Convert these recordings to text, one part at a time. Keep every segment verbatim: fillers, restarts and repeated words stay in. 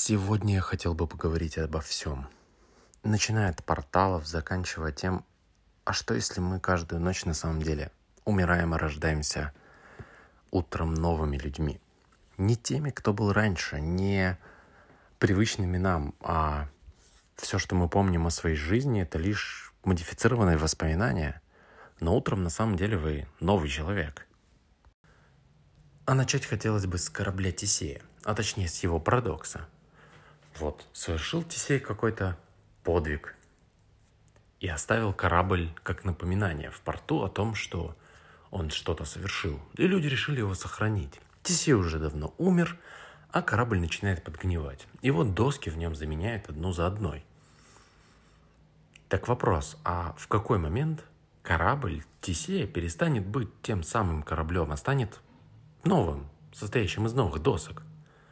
Сегодня я хотел бы поговорить обо всем. Начиная от порталов, заканчивая тем, а что если мы каждую ночь на самом деле умираем и рождаемся утром новыми людьми? Не теми, кто был раньше, не привычными нам, а все, что мы помним о своей жизни, это лишь модифицированные воспоминания. Но утром на самом деле вы новый человек. А начать хотелось бы с корабля Тесея, а точнее с его парадокса. Вот, совершил Тесей какой-то подвиг и оставил корабль как напоминание в порту о том, что он что-то совершил. И люди решили его сохранить. Тесей уже давно умер, а корабль начинает подгнивать. И вот доски в нем заменяют одну за одной. Так вопрос, а в какой момент корабль Тесея перестанет быть тем самым кораблем, а станет новым, состоящим из новых досок?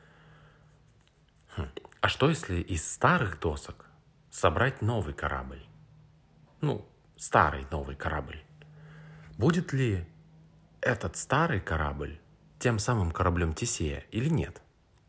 Хм. А что если из старых досок собрать новый корабль? Ну, старый новый корабль. Будет ли этот старый корабль тем самым кораблем Тесея или нет?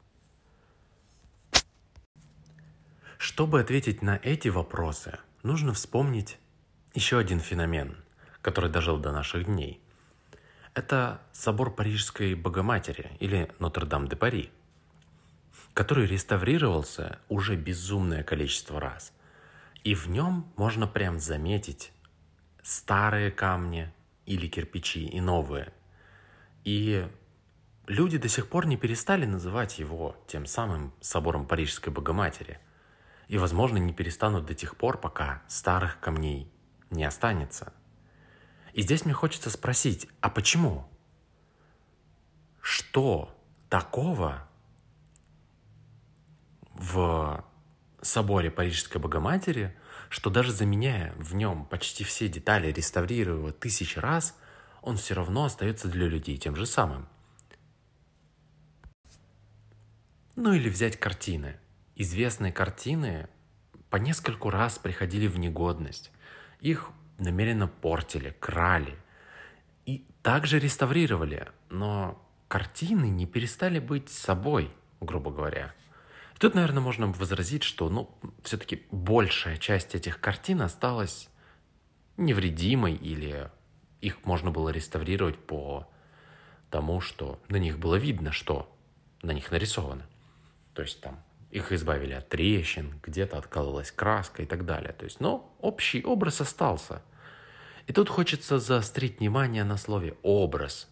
Чтобы ответить на эти вопросы, нужно вспомнить еще один феномен, который дожил до наших дней. Это собор Парижской Богоматери или Нотр-Дам-де-Пари, который реставрировался уже безумное количество раз. И в нем можно прям заметить старые камни или кирпичи и новые. И люди до сих пор не перестали называть его тем самым собором Парижской Богоматери. И, возможно, не перестанут до тех пор, пока старых камней не останется. И здесь мне хочется спросить, а почему? Что такого в соборе Парижской Богоматери, что даже заменяя в нем почти все детали, реставрируя его тысячи раз, он все равно остается для людей тем же самым? Ну или взять картины. Известные картины по нескольку раз приходили в негодность. Их намеренно портили, крали и также реставрировали, но картины не перестали быть собой, грубо говоря. Тут, наверное, можно возразить, что ну, все-таки большая часть этих картин осталась невредимой, или их можно было реставрировать по тому, что на них было видно, что на них нарисовано. То есть там их избавили от трещин, где-то откалывалась краска и так далее. То есть, но общий образ остался. И тут хочется заострить внимание на слове «образ».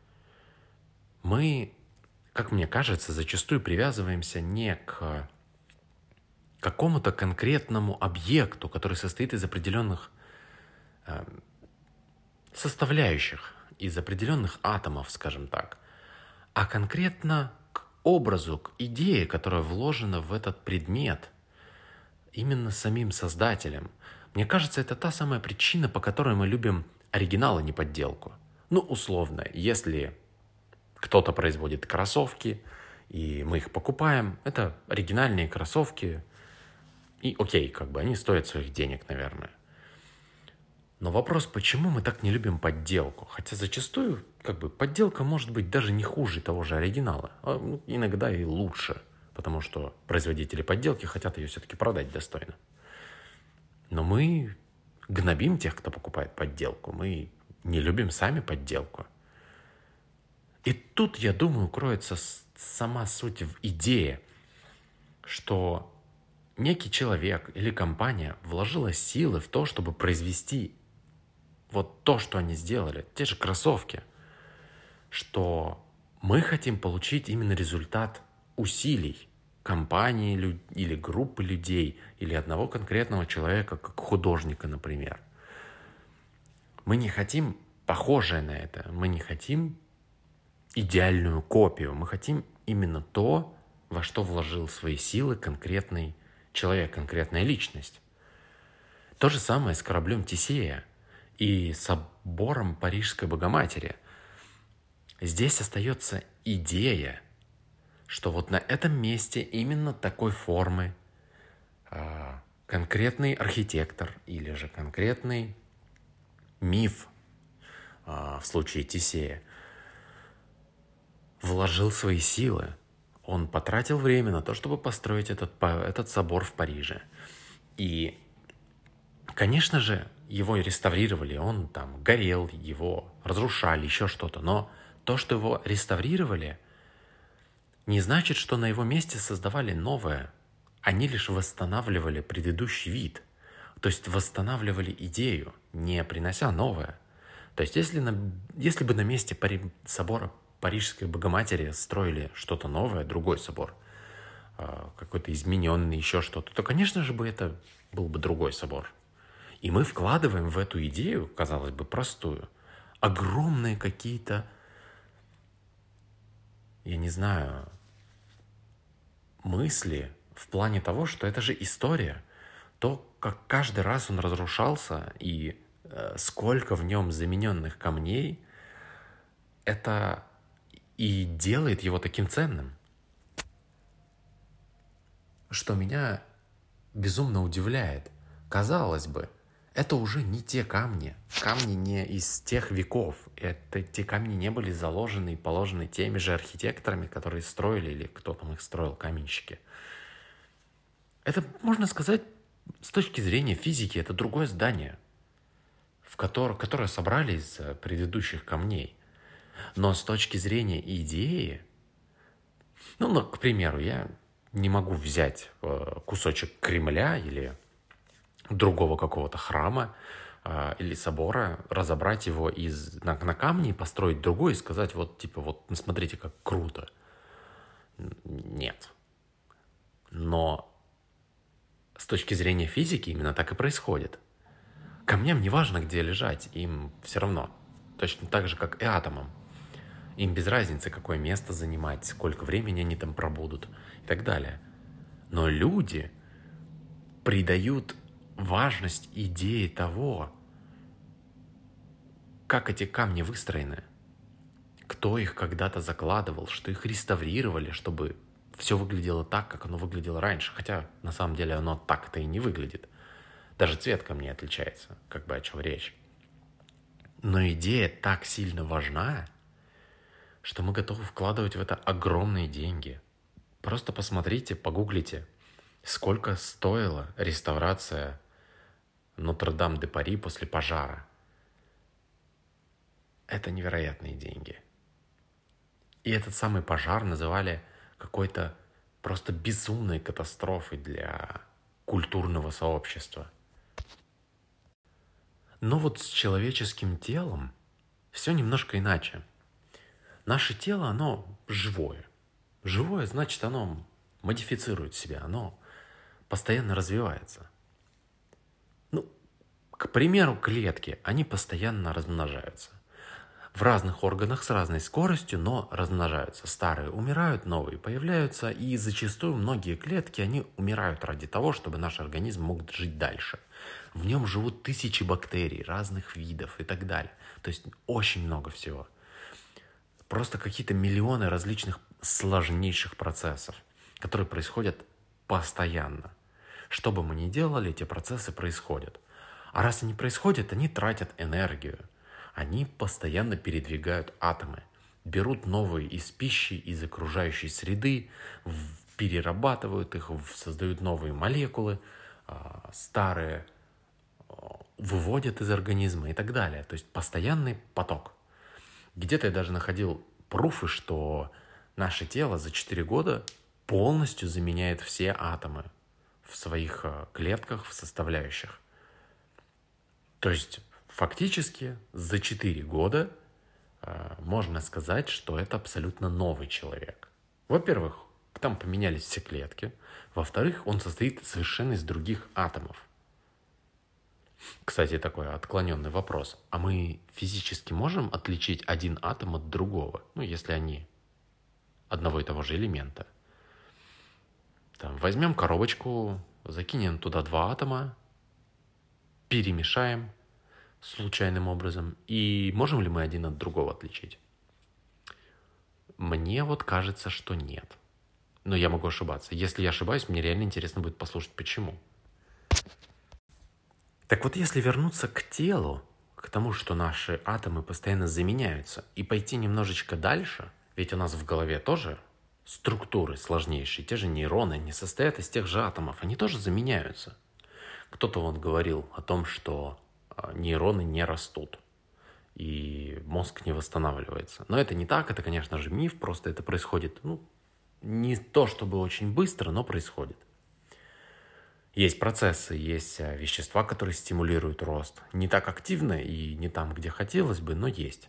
Мы, как мне кажется, зачастую привязываемся не к какому-то конкретному объекту, который состоит из определенных э, составляющих, из определенных атомов, скажем так, а конкретно к образу, к идее, которая вложена в этот предмет именно самим создателем. Мне кажется, это та самая причина, по которой мы любим оригинал, а не подделку. Ну, условно, если кто-то производит кроссовки, и мы их покупаем, это оригинальные кроссовки, и окей, как бы они стоят своих денег, наверное. Но вопрос, почему мы так не любим подделку? Хотя зачастую, как бы, подделка может быть даже не хуже того же оригинала, а ну, иногда и лучше, потому что производители подделки хотят ее все-таки продать достойно. Но мы гнобим тех, кто покупает подделку, мы не любим сами подделку. И тут, я думаю, кроется сама суть в идее, что некий человек или компания вложила силы в то, чтобы произвести вот то, что они сделали, те же кроссовки, что мы хотим получить именно результат усилий компании или группы людей, или одного конкретного человека, как художника, например. Мы не хотим похожее на это, мы не хотим идеальную копию, мы хотим именно то, во что вложил свои силы конкретный человек, конкретная личность. То же самое с кораблем Тесея и собором Парижской Богоматери. Здесь остается идея, что вот на этом месте именно такой формы э, конкретный архитектор или же конкретный миф э, в случае Тесея вложил свои силы. Он потратил время на то, чтобы построить этот, этот собор в Париже. И, конечно же, его реставрировали, он там горел, его разрушали, еще что-то. Но то, что его реставрировали, не значит, что на его месте создавали новое. Они лишь восстанавливали предыдущий вид. То есть восстанавливали идею, не принося новое. То есть если, на, если бы на месте Пари, собора Парижской Богоматери строили что-то новое, другой собор, какой-то измененный, еще что-то, то, конечно же, бы это был бы другой собор. И мы вкладываем в эту идею, казалось бы, простую, огромные какие-то, я не знаю, мысли в плане того, что это же история. То, как каждый раз он разрушался и э, сколько в нем замененных камней, это и делает его таким ценным. Что меня безумно удивляет. Казалось бы, это уже не те камни. Камни не из тех веков. Это, те камни не были заложены и положены теми же архитекторами, которые строили, или кто там их строил, каменщики. Это, можно сказать, с точки зрения физики, это другое здание, в которое, которое собрали из предыдущих камней. Но с точки зрения идеи, ну, ну, к примеру, я не могу взять кусочек Кремля или другого какого-то храма э, или собора, разобрать его из, на, на камни, построить другой и сказать, вот, типа, вот, смотрите, как круто. Нет. Но с точки зрения физики именно так и происходит. Камням не важно, где лежать, им все равно. Точно так же, как и атомам. Им без разницы, какое место занимать, сколько времени они там пробудут и так далее. Но люди придают важность идее того, как эти камни выстроены, кто их когда-то закладывал, что их реставрировали, чтобы все выглядело так, как оно выглядело раньше. Хотя на самом деле оно так-то и не выглядит. Даже цвет камней отличается, как бы о чем речь. Но идея так сильно важна, что мы готовы вкладывать в это огромные деньги. Просто посмотрите, погуглите, сколько стоила реставрация Нотр-Дам-де-Пари после пожара. Это невероятные деньги. И этот самый пожар называли какой-то просто безумной катастрофой для культурного сообщества. Но вот с человеческим телом все немножко иначе. Наше тело, оно живое. Живое, значит, оно модифицирует себя, оно постоянно развивается. Ну, к примеру, клетки, они постоянно размножаются. В разных органах с разной скоростью, но размножаются. Старые умирают, новые появляются, и зачастую многие клетки, они умирают ради того, чтобы наш организм мог жить дальше. В нем живут тысячи бактерий разных видов и так далее. То есть очень много всего. Просто какие-то миллионы различных сложнейших процессов, которые происходят постоянно. Что бы мы ни делали, эти процессы происходят. А раз они происходят, они тратят энергию. Они постоянно передвигают атомы, берут новые из пищи, из окружающей среды, перерабатывают их, создают новые молекулы, старые выводят из организма и так далее. То есть постоянный поток. Где-то я даже находил пруфы, что наше тело за четыре года полностью заменяет все атомы в своих клетках, в составляющих. То есть фактически за четыре года э, можно сказать, что это абсолютно новый человек. Во-первых, там поменялись все клетки. Во-вторых, он состоит совершенно из других атомов. Кстати, такой отклоненный вопрос. А мы физически можем отличить один атом от другого? Ну, если они одного и того же элемента. Там, возьмем коробочку, закинем туда два атома, перемешаем случайным образом. И можем ли мы один от другого отличить? Мне вот кажется, что нет. Но я могу ошибаться. Если я ошибаюсь, мне реально интересно будет послушать, почему. Так вот, если вернуться к телу, к тому, что наши атомы постоянно заменяются, и пойти немножечко дальше, ведь у нас в голове тоже структуры сложнейшие, те же нейроны, не состоят из тех же атомов, они тоже заменяются. Кто-то вон говорил о том, что а, нейроны не растут, и мозг не восстанавливается. Но это не так, это, конечно же, миф, просто это происходит, ну, не то чтобы очень быстро, но происходит. Есть процессы, есть а, вещества, которые стимулируют рост. Не так активно и не там, где хотелось бы, но есть.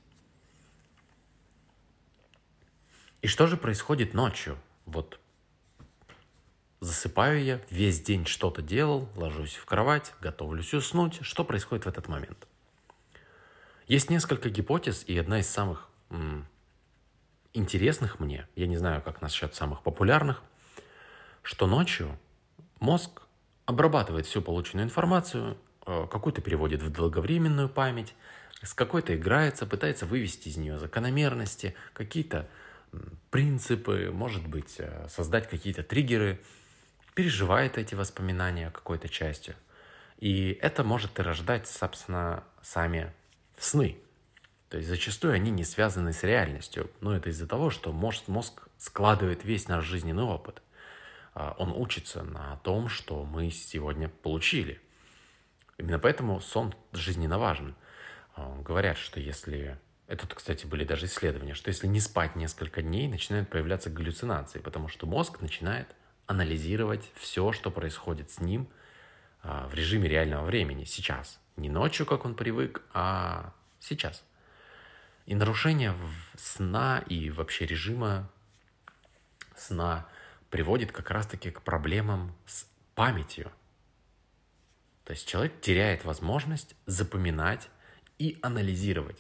И что же происходит ночью? Вот засыпаю я, весь день что-то делал, ложусь в кровать, готовлюсь уснуть. Что происходит в этот момент? Есть несколько гипотез, и одна из самых м, интересных мне, я не знаю, как насчет самых популярных, что ночью мозг обрабатывает всю полученную информацию, э, какую-то переводит в долговременную память, с какой-то играется, пытается вывести из нее закономерности, какие-то м, принципы, может быть, э, создать какие-то триггеры, переживает эти воспоминания какой-то частью. И это может и рождать, собственно, сами сны. То есть зачастую они не связаны с реальностью. Но это из-за того, что мозг, мозг складывает весь наш жизненный опыт. Он учится на том, что мы сегодня получили. Именно поэтому сон жизненно важен. Говорят, что если... Это, кстати, были даже исследования, что если не спать несколько дней, начинают появляться галлюцинации, потому что мозг начинает анализировать все, что происходит с ним в режиме реального времени, сейчас. Не ночью, как он привык, а сейчас. И нарушение сна и вообще режима сна приводит как раз-таки к проблемам с памятью. То есть человек теряет возможность запоминать и анализировать.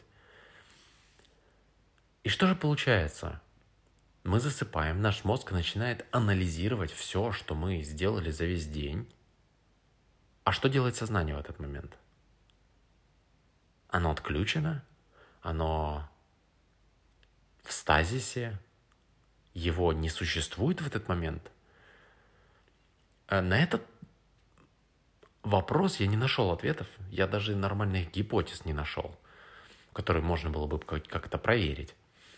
И что же получается? Мы засыпаем, наш мозг начинает анализировать все, что мы сделали за весь день. А что делает сознание в этот момент? Оно отключено, оно в стазисе, его не существует в этот момент. На этот вопрос я не нашел ответов, я даже нормальных гипотез не нашел, которые можно было бы как-то проверить.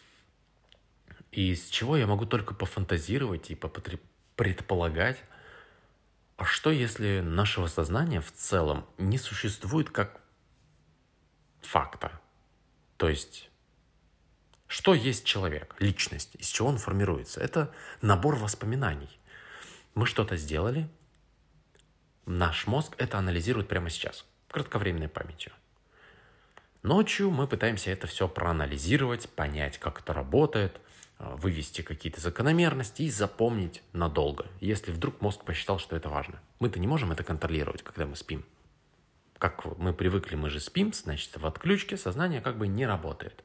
И из чего я могу только пофантазировать и предполагать, а что если нашего сознания в целом не существует как факта? То есть, что есть человек, личность, из чего он формируется? Это набор воспоминаний. Мы что-то сделали, наш мозг это анализирует прямо сейчас, кратковременной памятью. Ночью мы пытаемся это все проанализировать, понять, как это работает, вывести какие-то закономерности и запомнить надолго, если вдруг мозг посчитал, что это важно. Мы-то не можем это контролировать, когда мы спим. Как мы привыкли, мы же спим, значит, в отключке сознание как бы не работает.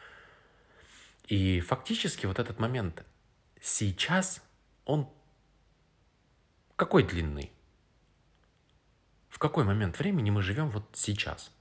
И фактически вот этот момент сейчас, он какой длины? В какой момент времени мы живем вот сейчас?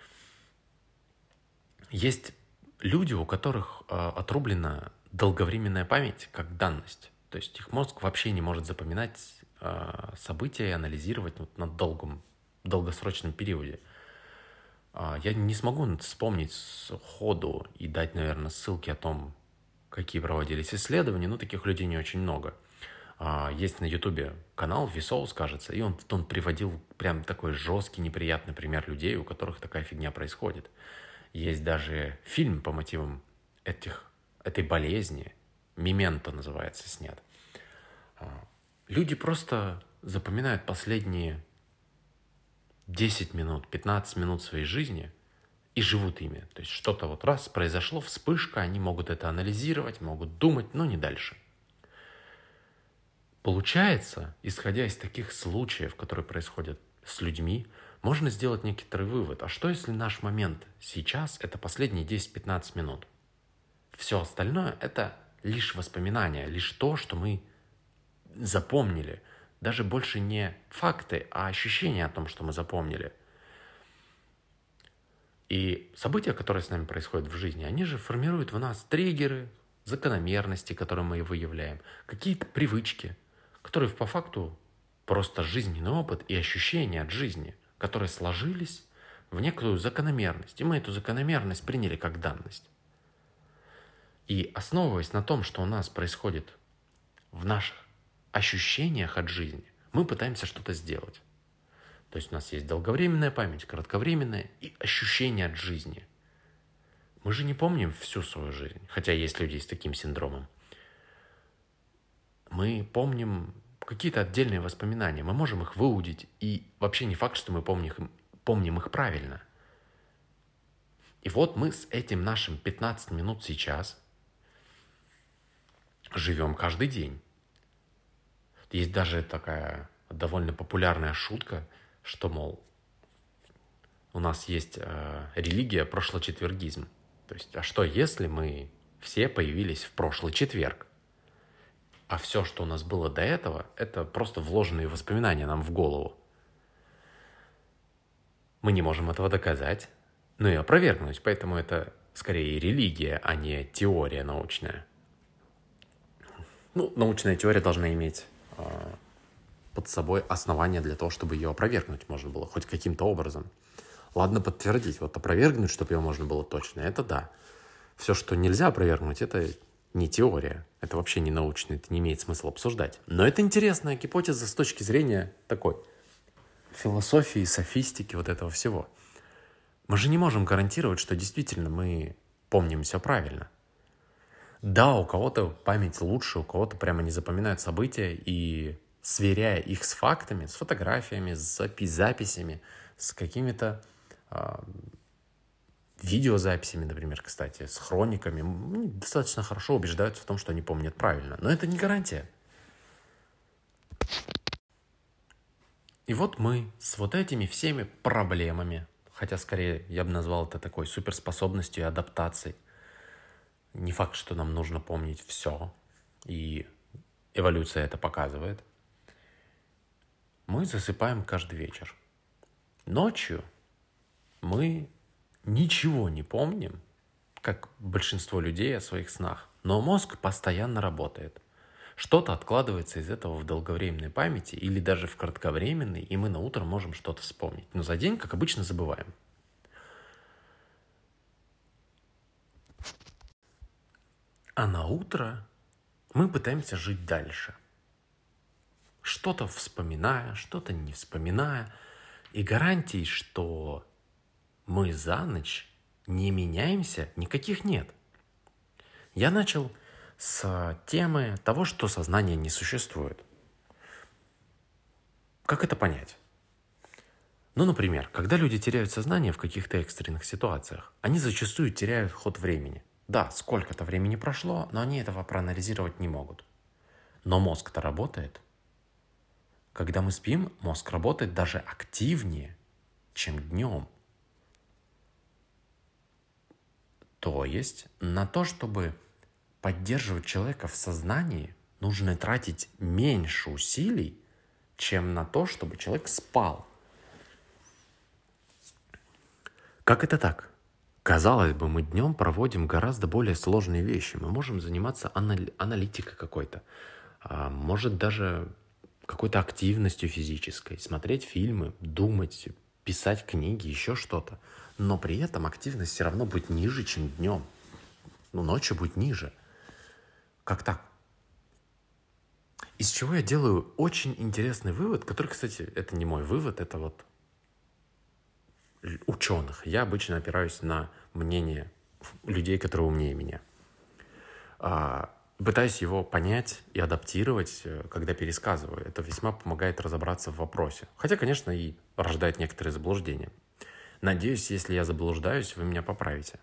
Есть люди, у которых э, отрублена долговременная память как данность. То есть их мозг вообще не может запоминать э, события и анализировать вот, на долгом, долгосрочном периоде. Э, я не смогу вспомнить сходу и дать, наверное, ссылки о том, какие проводились исследования, но таких людей не очень много. Э, есть на Ютубе канал Vsauce, кажется, и он, он приводил прям такой жесткий, неприятный пример людей, у которых такая фигня происходит. Есть даже фильм по мотивам этих, этой болезни, «Мементо» называется, снят. Люди просто запоминают последние десять минут, пятнадцать минут своей жизни и живут ими. То есть что-то вот раз произошло, вспышка, они могут это анализировать, могут думать, но не дальше. Получается, исходя из таких случаев, которые происходят с людьми, можно сделать некоторый вывод. А что, если наш момент сейчас – это последние десять-пятнадцать минут? Все остальное – это лишь воспоминания, лишь то, что мы запомнили. Даже больше не факты, а ощущения о том, что мы запомнили. И события, которые с нами происходят в жизни, они же формируют в нас триггеры, закономерности, которые мы выявляем, какие-то привычки, которые по факту просто жизненный опыт и ощущения от жизни – которые сложились в некую закономерность. И мы эту закономерность приняли как данность. И основываясь на том, что у нас происходит в наших ощущениях от жизни мы пытаемся что-то сделать. То есть у нас есть долговременная память, кратковременная и ощущение от жизни. Мы же не помним всю свою жизнь, хотя есть люди с таким синдромом. Мы помним какие-то отдельные воспоминания, мы можем их выудить, и вообще не факт, что мы помним, помним их правильно. И вот мы с этим нашим пятнадцать минут сейчас живем каждый день. Есть даже такая довольно популярная шутка, что, мол, у нас есть э, религия прошлочетвергизм. То есть, а что если мы все появились в прошлый четверг? А все, что у нас было до этого, это просто вложенные воспоминания нам в голову. Мы не можем этого доказать, но и опровергнуть, поэтому это скорее религия, а не теория научная. Ну, научная теория должна иметь э, под собой основания для того, чтобы ее опровергнуть можно было хоть каким-то образом. Ладно, подтвердить, вот опровергнуть, чтобы ее можно было точно, это да. Все, что нельзя опровергнуть, это не теория, это вообще не научно, это не имеет смысла обсуждать. Но это интересная гипотеза с точки зрения такой философии, софистики, вот этого всего. Мы же не можем гарантировать, что действительно мы помним все правильно. Да, у кого-то память лучше, у кого-то прямо не запоминают события, и сверяя их с фактами, с фотографиями, с запи- записями, с какими-то э, видеозаписями, например, кстати, с хрониками, они достаточно хорошо убеждаются в том, что они помнят правильно. Но это не гарантия. И вот мы с вот этими всеми проблемами, хотя скорее я бы назвал это такой суперспособностью и адаптацией. Не факт, что нам нужно помнить все, и эволюция это показывает. Мы засыпаем каждый вечер. Ночью мы ничего не помним, как большинство людей о своих снах, но мозг постоянно работает. Что-то откладывается из этого в долговременной памяти или даже в кратковременной, и мы на утро можем что-то вспомнить. Но за день, как обычно, забываем. А на утро мы пытаемся жить дальше. Что-то вспоминая, что-то не вспоминая. И гарантий, что мы за ночь не меняемся, никаких нет. Я начал с темы того, что сознание не существует. Как это понять? Ну, например, когда люди теряют сознание в каких-то экстренных ситуациях, они зачастую теряют ход времени. Да, сколько-то времени прошло, но они этого проанализировать не могут. Но мозг-то работает. Когда мы спим, мозг работает даже активнее, чем днем. То есть на то, чтобы поддерживать человека в сознании, нужно тратить меньше усилий, чем на то, чтобы человек спал. Как это так? Казалось бы, мы днем проводим гораздо более сложные вещи. Мы можем заниматься анали- аналитикой какой-то, а может даже какой-то активностью физической, смотреть фильмы, думать, писать книги, еще что-то. Но при этом активность все равно будет ниже, чем днем. Ну, ночью будет ниже. Как так? Из чего я делаю очень интересный вывод, который, кстати, это не мой вывод, это вот ученых. Я обычно опираюсь на мнение людей, которые умнее меня. А, пытаюсь его понять и адаптировать, когда пересказываю. Это весьма помогает разобраться в вопросе. Хотя, конечно, и рождает некоторые заблуждения. Надеюсь, если я заблуждаюсь, вы меня поправите.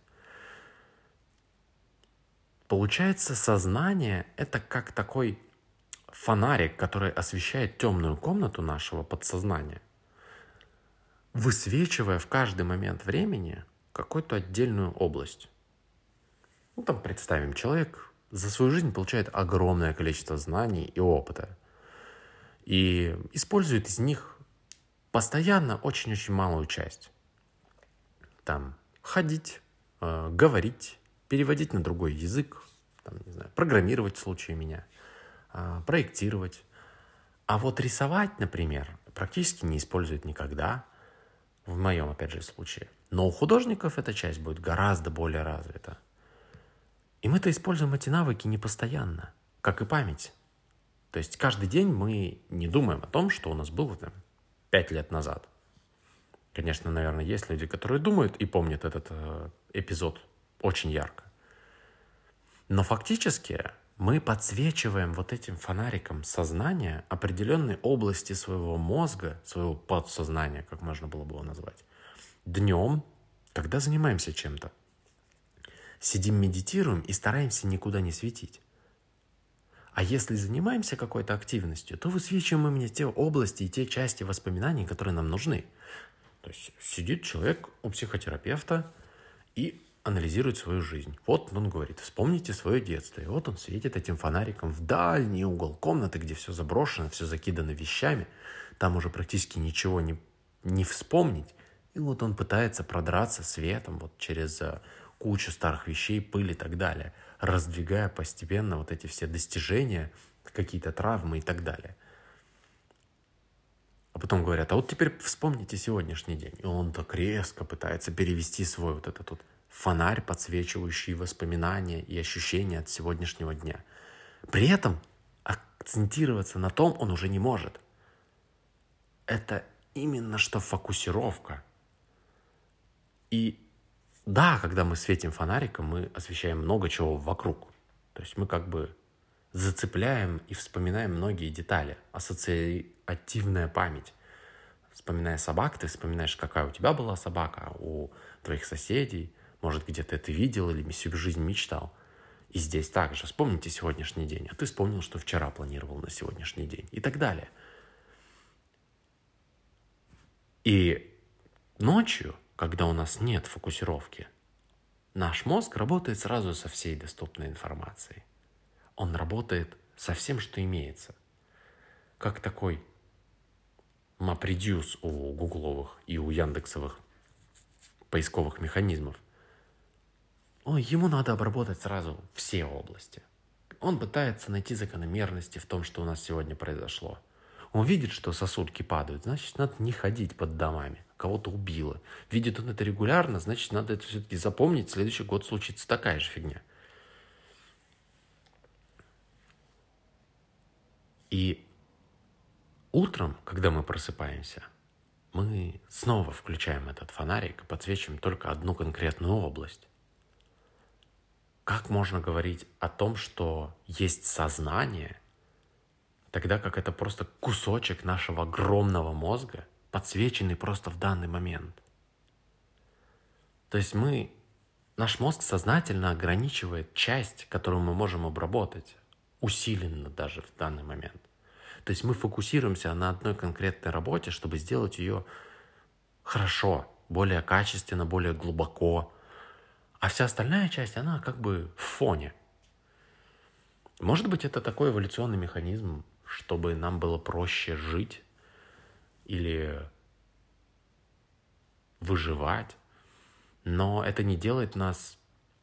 Получается, сознание — это как такой фонарик, который освещает темную комнату нашего подсознания, высвечивая в каждый момент времени какую-то отдельную область. Ну, там, представим, человек за свою жизнь получает огромное количество знаний и опыта. И использует из них постоянно очень-очень малую часть. Там, ходить, э, говорить, переводить на другой язык, там, не знаю, программировать в случае меня, э, проектировать. А вот рисовать, например, практически не использует никогда, в моем, опять же, случае. Но у художников эта часть будет гораздо более развита. И мы-то используем эти навыки не постоянно, как и память. То есть каждый день мы не думаем о том, что у нас было там пять лет назад. Конечно, наверное, есть люди, которые думают и помнят этот э, эпизод очень ярко. Но фактически мы подсвечиваем вот этим фонариком сознания определенные области своего мозга, своего подсознания, как можно было бы его назвать, днем, когда занимаемся чем-то. Сидим, медитируем и стараемся никуда не светить. А если занимаемся какой-то активностью, то высвечиваем именно те области и те части воспоминаний, которые нам нужны. То есть сидит человек у психотерапевта и анализирует свою жизнь. Вот он говорит, вспомните свое детство. И вот он светит этим фонариком в дальний угол комнаты, где все заброшено, все закидано вещами. Там уже практически ничего не, не вспомнить. И вот он пытается продраться светом вот через кучу старых вещей, пыль и так далее, раздвигая постепенно вот эти все достижения, какие-то травмы и так далее. А потом говорят, а вот теперь вспомните сегодняшний день. И он так резко пытается перевести свой вот этот вот фонарь, подсвечивающий воспоминания и ощущения от сегодняшнего дня. При этом акцентироваться на том он уже не может. Это именно что фокусировка. И да, когда мы светим фонариком, мы освещаем много чего вокруг. То есть мы как бы зацепляем и вспоминаем многие детали. Ассоциативная память. Вспоминая собак, ты вспоминаешь, какая у тебя была собака, а у твоих соседей. Может, где-то ты видел или всю жизнь мечтал. И здесь также. Вспомните сегодняшний день. А ты вспомнил, что вчера планировал на сегодняшний день. И так далее. И ночью, когда у нас нет фокусировки, наш мозг работает сразу со всей доступной информацией. Он работает со всем, что имеется. Как такой MapReduce у гугловых и у яндексовых поисковых механизмов. Ой, ему надо обработать сразу все области. Он пытается найти закономерности в том, что у нас сегодня произошло. Он видит, что сосульки падают, значит, надо не ходить под домами. Кого-то убило. Видит он это регулярно, значит, надо это все-таки запомнить. В следующий год случится такая же фигня. И утром, когда мы просыпаемся, мы снова включаем этот фонарик и подсвечиваем только одну конкретную область. Как можно говорить о том, что есть сознание, тогда как это просто кусочек нашего огромного мозга, подсвеченный просто в данный момент? То есть мы, наш мозг сознательно ограничивает часть, которую мы можем обработать, усиленно даже в данный момент. То есть мы фокусируемся на одной конкретной работе, чтобы сделать ее хорошо, более качественно, более глубоко. А вся остальная часть, она как бы в фоне. Может быть, это такой эволюционный механизм, чтобы нам было проще жить или выживать. Но это не делает нас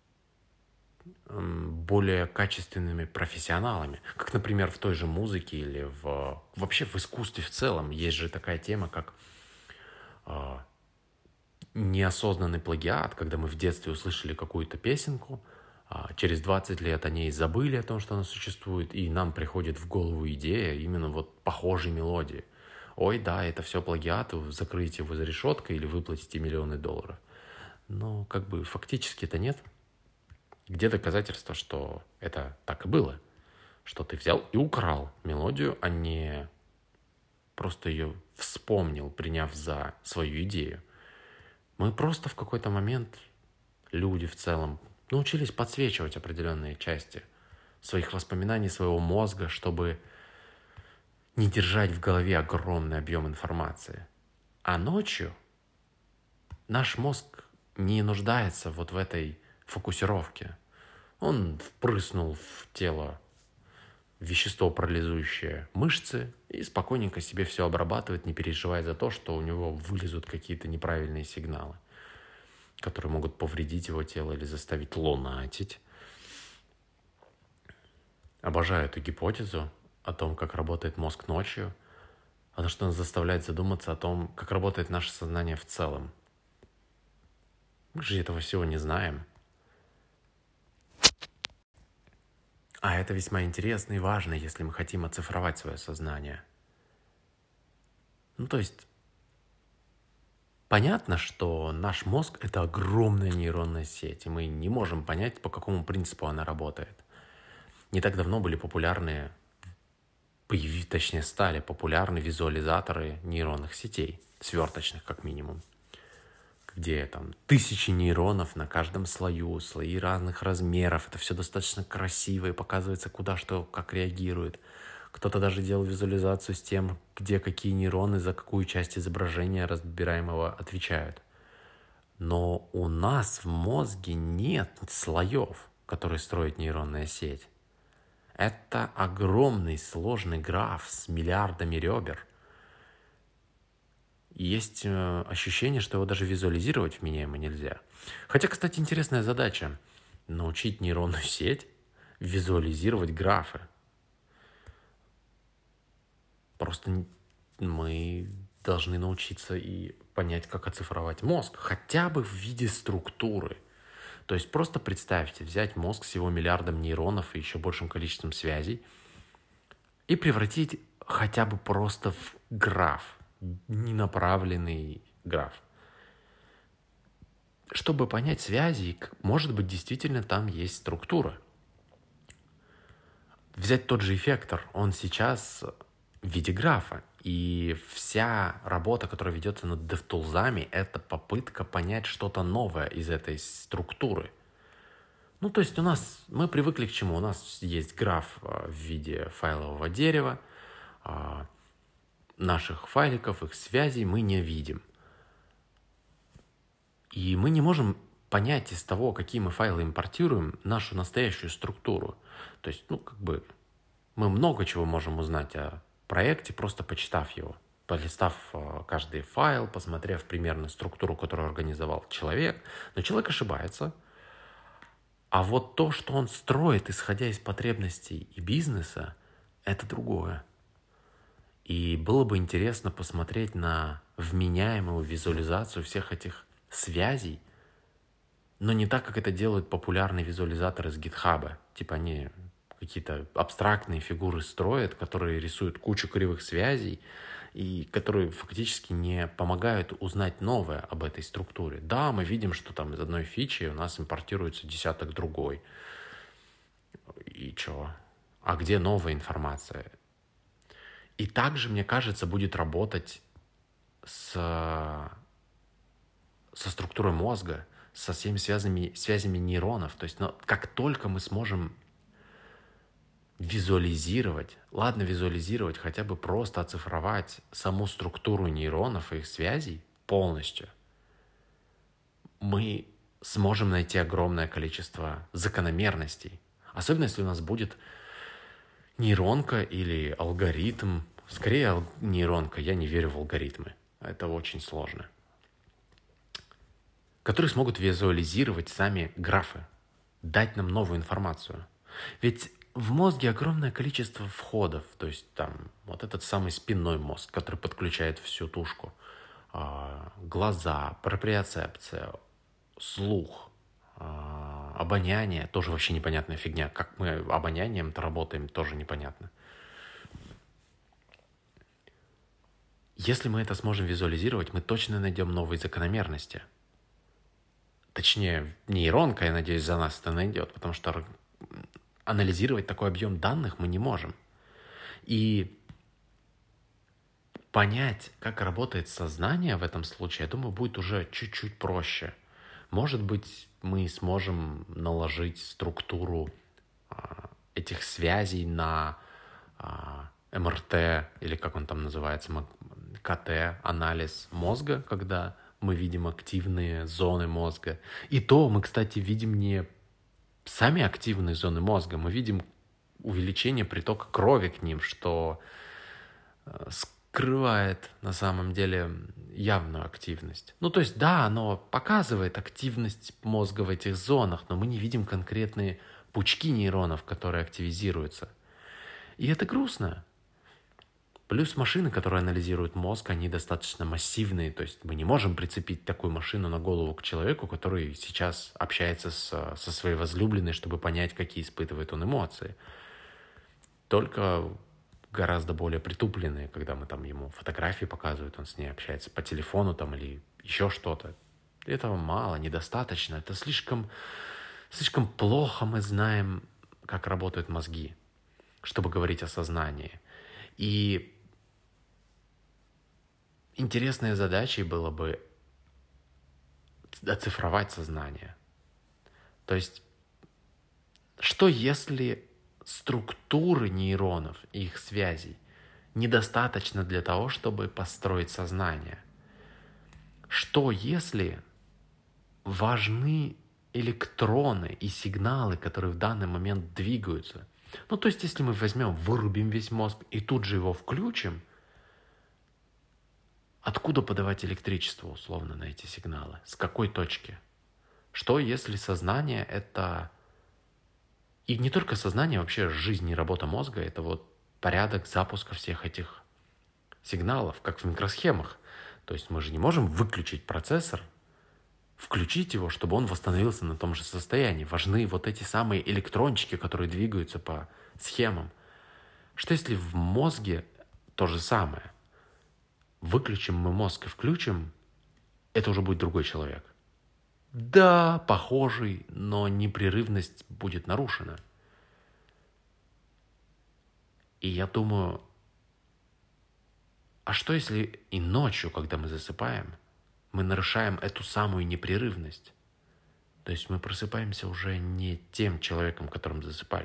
более качественными профессионалами. Как, например, в той же музыке или в, вообще в искусстве в целом. Есть же такая тема, как э, неосознанный плагиат, когда мы в детстве услышали какую-то песенку, а через двадцать лет о ней забыли, о том, что она существует, и нам приходит в голову идея именно вот похожей мелодии. Ой, да, это все плагиат, закройте его за решеткой или выплатите миллионы долларов. Но как бы фактически это нет. Где доказательства, что это так и было? Что ты взял и украл мелодию, а не просто ее вспомнил, приняв за свою идею. Мы просто в какой-то момент, люди в целом, научились подсвечивать определенные части своих воспоминаний, своего мозга, чтобы не держать в голове огромный объем информации. А ночью наш мозг не нуждается вот в этой фокусировке. Он впрыснул в тело вещество, парализующее мышцы, и спокойненько себе все обрабатывает, не переживая за то, что у него вылезут какие-то неправильные сигналы, которые могут повредить его тело или заставить лунатить. Обожаю эту гипотезу о том, как работает мозг ночью, потому что он заставляет задуматься о том, как работает наше сознание в целом. Мы же этого всего не знаем. А это весьма интересно и важно, если мы хотим оцифровать свое сознание. Ну, то есть, понятно, что наш мозг — это огромная нейронная сеть, и мы не можем понять, по какому принципу она работает. Не так давно были популярны, появи, точнее стали популярны визуализаторы нейронных сетей, сверточных как минимум, где там тысячи нейронов на каждом слою, слои разных размеров, это все достаточно красиво и показывается, куда что, как реагирует. Кто-то даже делал визуализацию с тем, где какие нейроны за какую часть изображения разбираемого отвечают. Но у нас в мозге нет слоев, которые строит нейронная сеть. Это огромный сложный граф с миллиардами ребер. Есть ощущение, что его даже визуализировать вменяемо нельзя. Хотя, кстати, интересная задача — научить нейронную сеть визуализировать графы. Просто мы должны научиться и понять, как оцифровать мозг, хотя бы в виде структуры. То есть просто представьте, взять мозг с его миллиардом нейронов и еще большим количеством связей и превратить хотя бы просто в граф, ненаправленный граф. Чтобы понять связи, может быть, действительно там есть структура. Взять тот же эффектор, он сейчас в виде графа. И вся работа, которая ведется над DevTools, это попытка понять что-то новое из этой структуры. Ну, то есть у нас, мы привыкли к чему? У нас есть граф в виде файлового дерева, наших файликов, их связей мы не видим. И мы не можем понять из того, какие мы файлы импортируем, нашу настоящую структуру. То есть, ну, как бы, мы много чего можем узнать о проекте, просто почитав его, полистав каждый файл, посмотрев примерно структуру, которую организовал человек. Но человек ошибается. А вот то, что он строит, исходя из потребностей и бизнеса, это другое. И было бы интересно посмотреть на вменяемую визуализацию всех этих связей, но не так, как это делают популярные визуализаторы с гитхаба. Типа они какие-то абстрактные фигуры строят, которые рисуют кучу кривых связей и которые фактически не помогают узнать новое об этой структуре. Да, мы видим, что там из одной фичи у нас импортируется десяток другой. И чё? А где новая информация? И также, мне кажется, будет работать с, со структурой мозга, со всеми связями, связями нейронов. То есть, но как только мы сможем визуализировать, ладно визуализировать, хотя бы просто оцифровать саму структуру нейронов и их связей полностью, мы сможем найти огромное количество закономерностей. Особенно, если у нас будет нейронка или алгоритм. Скорее нейронка, я не верю в алгоритмы. Это очень сложно. Которые смогут визуализировать сами графы, дать нам новую информацию. Ведь в мозге огромное количество входов, то есть там вот этот самый спинной мозг, который подключает всю тушку, глаза, проприоцепция, слух, обоняние, тоже вообще непонятная фигня. Как мы обонянием-то работаем, тоже непонятно. Если мы это сможем визуализировать, мы точно найдем новые закономерности. Точнее, нейронка, я надеюсь, за нас это найдет, потому что анализировать такой объем данных мы не можем. И понять, как работает сознание в этом случае, я думаю, будет уже чуть-чуть проще. Может быть, мы сможем наложить структуру а, этих связей на а, эм эр тэ, или как он там называется, ка тэ, анализ мозга, когда мы видим активные зоны мозга. И то мы, кстати, видим не сами активные зоны мозга, мы видим увеличение притока крови к ним, что скрывает на самом деле явную активность. Ну, то есть, да, оно показывает активность мозга в этих зонах, но мы не видим конкретные пучки нейронов, которые активизируются. И это грустно, Плюс машины, которые анализируют мозг, они достаточно массивные. То есть мы не можем прицепить такую машину на голову к человеку, который сейчас общается с, со своей возлюбленной, чтобы понять, какие испытывает он эмоции. Только гораздо более притупленные, когда мы там ему фотографии показывают, он с ней общается по телефону там или еще что-то. Этого мало, недостаточно. Это слишком, слишком плохо мы знаем, как работают мозги, чтобы говорить о сознании. И интересной задачей было бы оцифровать сознание. То есть, что если структуры нейронов и их связей недостаточно для того, чтобы построить сознание? Что если важны электроны и сигналы, которые в данный момент двигаются? Ну, то есть, если мы возьмем, вырубим весь мозг и тут же его включим, откуда подавать электричество условно на эти сигналы? С какой точки? Что если сознание — это... И не только сознание, вообще жизнь и работа мозга — это вот порядок запуска всех этих сигналов, как в микросхемах. То есть мы же не можем выключить процессор, включить его, чтобы он восстановился на том же состоянии. Важны вот эти самые электрончики, которые двигаются по схемам. Что если в мозге то же самое? Выключим мы мозг и включим, это уже будет другой человек. Да, похожий, но непрерывность будет нарушена. И я думаю, а что если и ночью, когда мы засыпаем, мы нарушаем эту самую непрерывность? То есть мы просыпаемся уже не тем человеком, которым засыпали.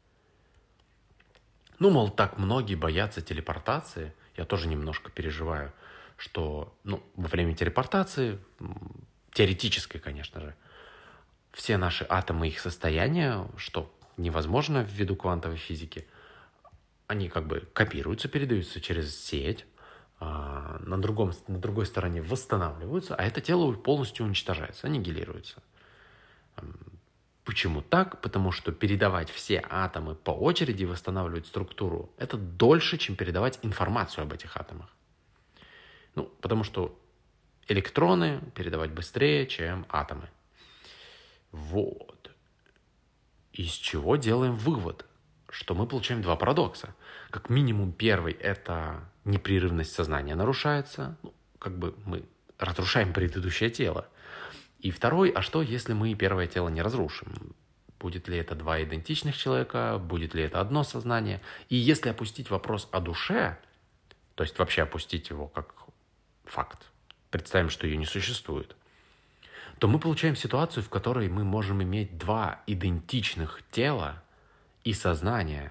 Ну, мол, так многие боятся телепортации. Я тоже немножко переживаю, что ну, во время телепортации, теоретической, конечно же, все наши атомы и их состояния, что невозможно ввиду квантовой физики, они как бы копируются, передаются через сеть, а на, другом, на другой стороне восстанавливаются, а это тело полностью уничтожается, аннигилируется. Почему так? Потому что передавать все атомы по очереди и восстанавливать структуру — это дольше, чем передавать информацию об этих атомах. Ну, потому что электроны передавать быстрее, чем атомы. Вот. Из чего делаем вывод, что мы получаем два парадокса. Как минимум первый — это непрерывность сознания нарушается. Ну, как бы мы разрушаем предыдущее тело. И второй, а что, если мы первое тело не разрушим? Будет ли это два идентичных человека? Будет ли это одно сознание? И если опустить вопрос о душе, то есть вообще опустить его как факт, представим, что ее не существует, то мы получаем ситуацию, в которой мы можем иметь два идентичных тела и сознания.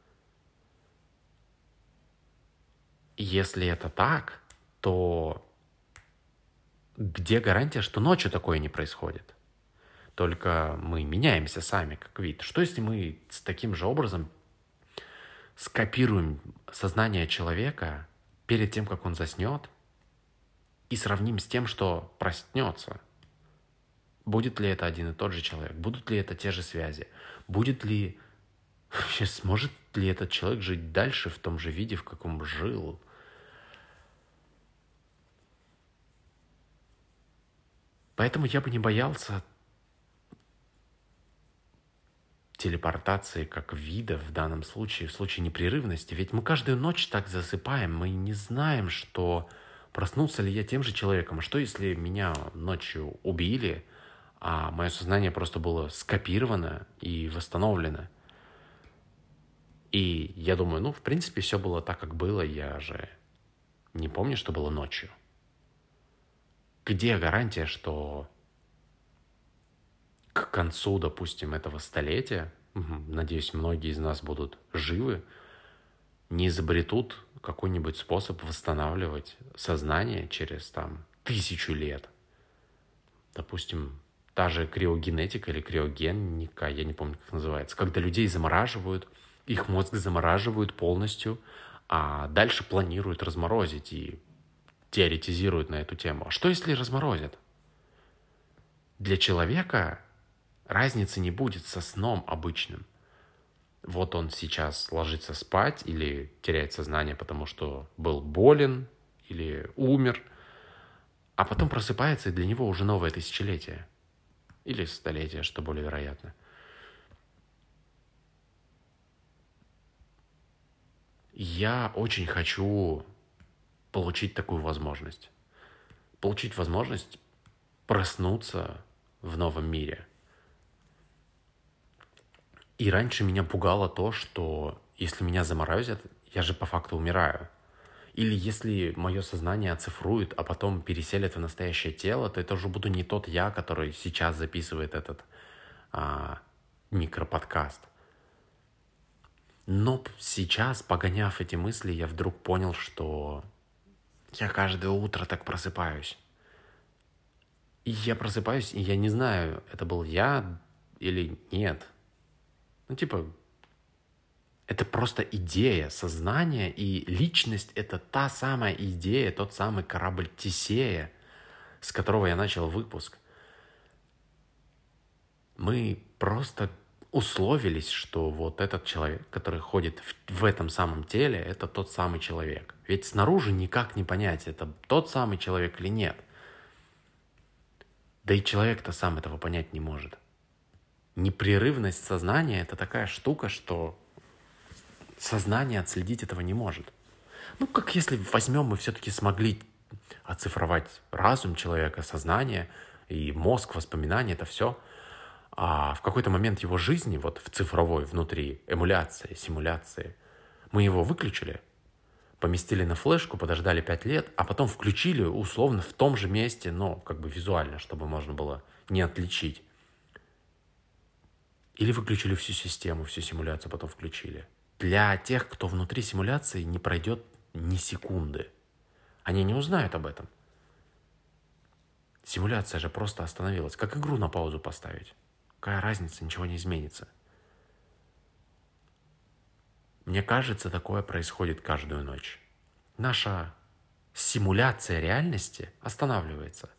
И если это так, то где гарантия, что ночью такое не происходит? Только мы меняемся сами как вид. Что если мы с таким же образом скопируем сознание человека перед тем, как он заснет, и сравним с тем, что проснется? Будет ли это один и тот же человек? Будут ли это те же связи? Будет ли... Вообще, сможет ли этот человек жить дальше в том же виде, в каком жил? Поэтому я бы не боялся телепортации как вида в данном случае, в случае непрерывности. Ведь мы каждую ночь так засыпаем, мы не знаем, что проснулся ли я тем же человеком. А что, если меня ночью убили, а мое сознание просто было скопировано и восстановлено? И я думаю, ну, в принципе, все было так, как было, я же не помню, что было ночью. Где гарантия, что к концу, допустим, этого столетия, надеюсь, многие из нас будут живы, не изобретут какой-нибудь способ восстанавливать сознание через там тысячу лет? Допустим, та же криогенетика или криогенника, я не помню, как называется, когда людей замораживают, их мозг замораживают полностью, а дальше планируют разморозить и теоретизируют на эту тему. А что, если разморозят? Для человека разницы не будет со сном обычным. Вот он сейчас ложится спать или теряет сознание, потому что был болен или умер, а потом просыпается, и для него уже новое тысячелетие. Или столетие, что более вероятно. Я очень хочу получить такую возможность. Получить возможность проснуться в новом мире. И раньше меня пугало то, что если меня заморозят, я же по факту умираю. Или если мое сознание оцифруют, а потом переселят в настоящее тело, то это уже буду не тот я, который сейчас записывает этот а, микроподкаст. Но сейчас, погоняв эти мысли, я вдруг понял, что я каждое утро так просыпаюсь. И я просыпаюсь, и я не знаю, это был я или нет. Ну, типа, это просто идея, сознание и личность — это та самая идея, тот самый корабль Тесея, с которого я начал выпуск. Мы просто условились, что вот этот человек, который ходит в, в этом самом теле, это тот самый человек. Ведь снаружи никак не понять, это тот самый человек или нет. Да и человек-то сам этого понять не может. Непрерывность сознания — это такая штука, что сознание отследить этого не может. Ну, как если возьмем, мы все-таки смогли оцифровать разум человека, сознание и мозг, воспоминания, это все. А в какой-то момент его жизни, вот в цифровой, внутри, эмуляции, симуляции, мы его выключили, поместили на флешку, подождали пять лет, а потом включили условно в том же месте, но как бы визуально, чтобы можно было не отличить. Или выключили всю систему, всю симуляцию, потом включили. Для тех, кто внутри симуляции, не пройдет ни секунды. Они не узнают об этом. Симуляция же просто остановилась. Как игру на паузу поставить? Какая разница, ничего не изменится. Мне кажется, такое происходит каждую ночь. Наша симуляция реальности останавливается.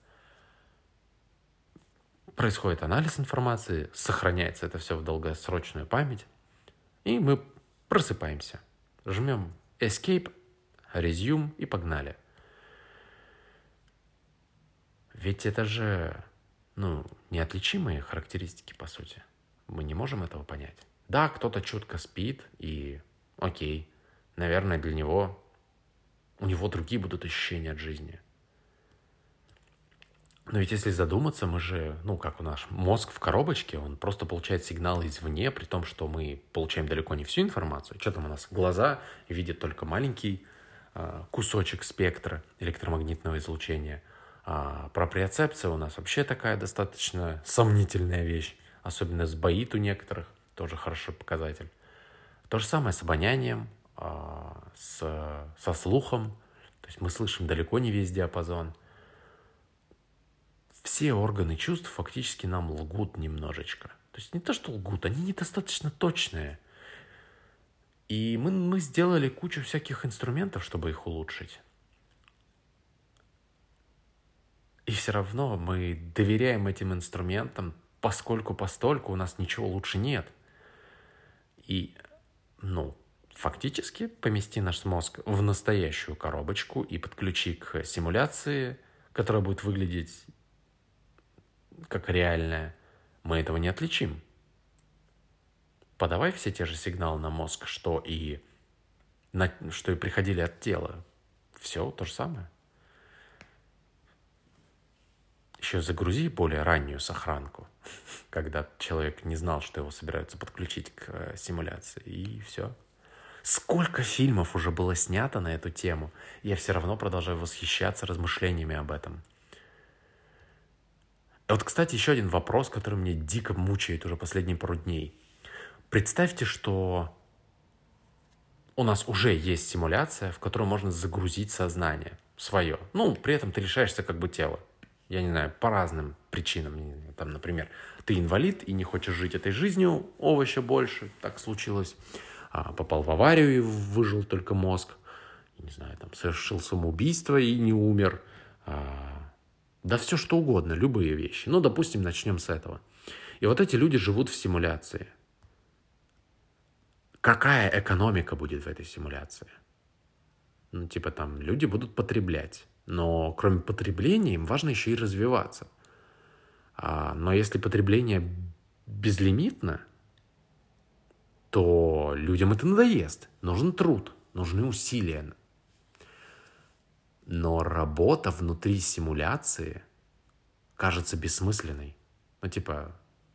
Происходит анализ информации, сохраняется это все в долгосрочную память, и мы просыпаемся. Жмем Escape, Resume и погнали. Ведь это же, ну, неотличимые характеристики, по сути. Мы не можем этого понять. Да, кто-то чутко спит, и окей, наверное, для него, у него другие будут ощущения от жизни. Но ведь если задуматься, мы же, ну, как у нас мозг в коробочке, он просто получает сигналы извне, при том, что мы получаем далеко не всю информацию. Что там у нас? Глаза видят только маленький э, кусочек спектра электромагнитного излучения. А проприоцепция у нас вообще такая достаточно сомнительная вещь. Особенно сбоит у некоторых, тоже хороший показатель. То же самое с обонянием, э, с, со слухом. То есть мы слышим далеко не весь диапазон. Все органы чувств фактически нам лгут немножечко. То есть не то, что лгут, они недостаточно точные. И мы, мы сделали кучу всяких инструментов, чтобы их улучшить. И все равно мы доверяем этим инструментам, поскольку постольку у нас ничего лучше нет. И, ну, фактически помести наш мозг в настоящую коробочку и подключи к симуляции, которая будет выглядеть как реальная, мы этого не отличим. Подавай все те же сигналы на мозг, что и, на, что и приходили от тела. Все то же самое. Еще загрузи более раннюю сохранку, когда человек не знал, что его собираются подключить к симуляции, и все. Сколько фильмов уже было снято на эту тему, я все равно продолжаю восхищаться размышлениями об этом. Вот, кстати, еще один вопрос, который меня дико мучает уже последние пару дней. Представьте, что у нас уже есть симуляция, в которую можно загрузить сознание свое. Ну, при этом ты лишаешься как бы тела. Я не знаю, по разным причинам. Там, например, ты инвалид и не хочешь жить этой жизнью, овоща больше, так случилось. А, попал в аварию и выжил только мозг. Не знаю, там совершил самоубийство и не умер. А, Да все что угодно, любые вещи. Ну, допустим, начнем с этого. И вот эти люди живут в симуляции. какая экономика будет в этой симуляции? Ну, типа там люди будут потреблять, но кроме потребления им важно еще и развиваться. А, но если потребление безлимитно, то людям это надоест. Нужен труд, нужны усилия. Но работа внутри симуляции кажется бессмысленной. Ну, типа,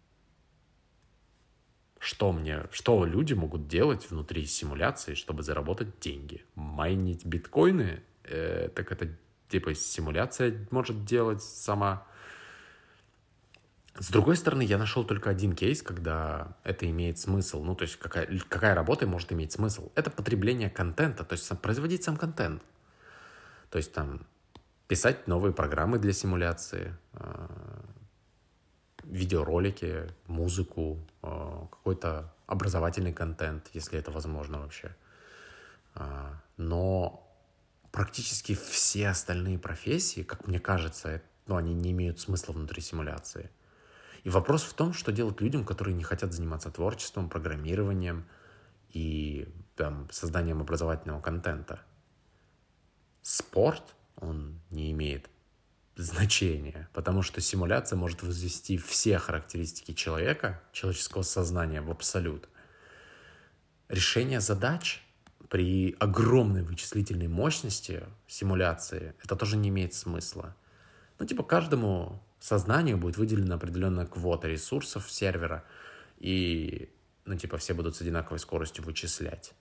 что мне, что люди могут делать внутри симуляции, чтобы заработать деньги? Майнить биткоины? Э, так это, типа, симуляция может делать сама. С другой стороны, я нашел только один кейс, когда это имеет смысл. Ну, то есть, какая, какая работа может иметь смысл? Это потребление контента, то есть, сам, производить сам контент. То есть, там, писать новые программы для симуляции, видеоролики, музыку, какой-то образовательный контент, если это возможно вообще. Но практически все остальные профессии, как мне кажется, ну, они не имеют смысла внутри симуляции. И вопрос в том, что делать людям, которые не хотят заниматься творчеством, программированием и там, созданием образовательного контента. Спорт, он не имеет значения, потому что симуляция может возвести все характеристики человека, человеческого сознания в абсолют. Решение задач при огромной вычислительной мощности симуляции, это тоже не имеет смысла. Ну, типа, каждому сознанию будет выделена определенная квота ресурсов сервера, и, ну, типа, все будут с одинаковой скоростью вычислять.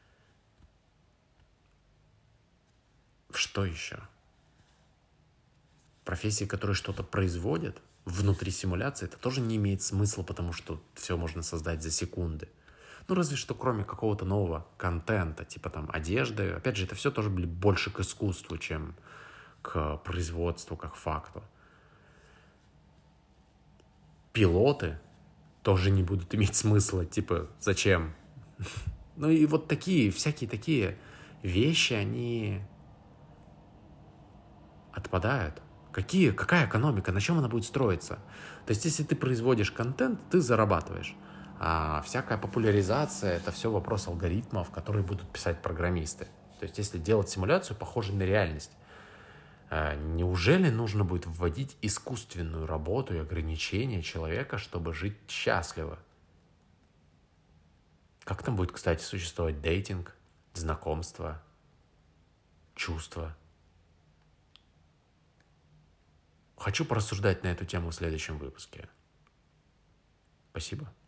Что еще? Профессии, которые что-то производят внутри симуляции, это тоже не имеет смысла, потому что все можно создать за секунды. Ну, разве что кроме какого-то нового контента, типа там одежды. Опять же, это все тоже больше к искусству, чем к производству, как факту. Пилоты тоже не будут иметь смысла, типа, зачем? Ну и вот такие, всякие такие вещи, они отпадают. Какие, какая экономика, на чем она будет строиться? То есть, если ты производишь контент, ты зарабатываешь. А всякая популяризация — это все вопрос алгоритмов, которые будут писать программисты. То есть, если делать симуляцию, похожую на реальность, неужели нужно будет вводить искусственную работу и ограничения человека, чтобы жить счастливо? Как там будет, кстати, существовать дейтинг, знакомство, чувства? Хочу порассуждать на эту тему в следующем выпуске. Спасибо.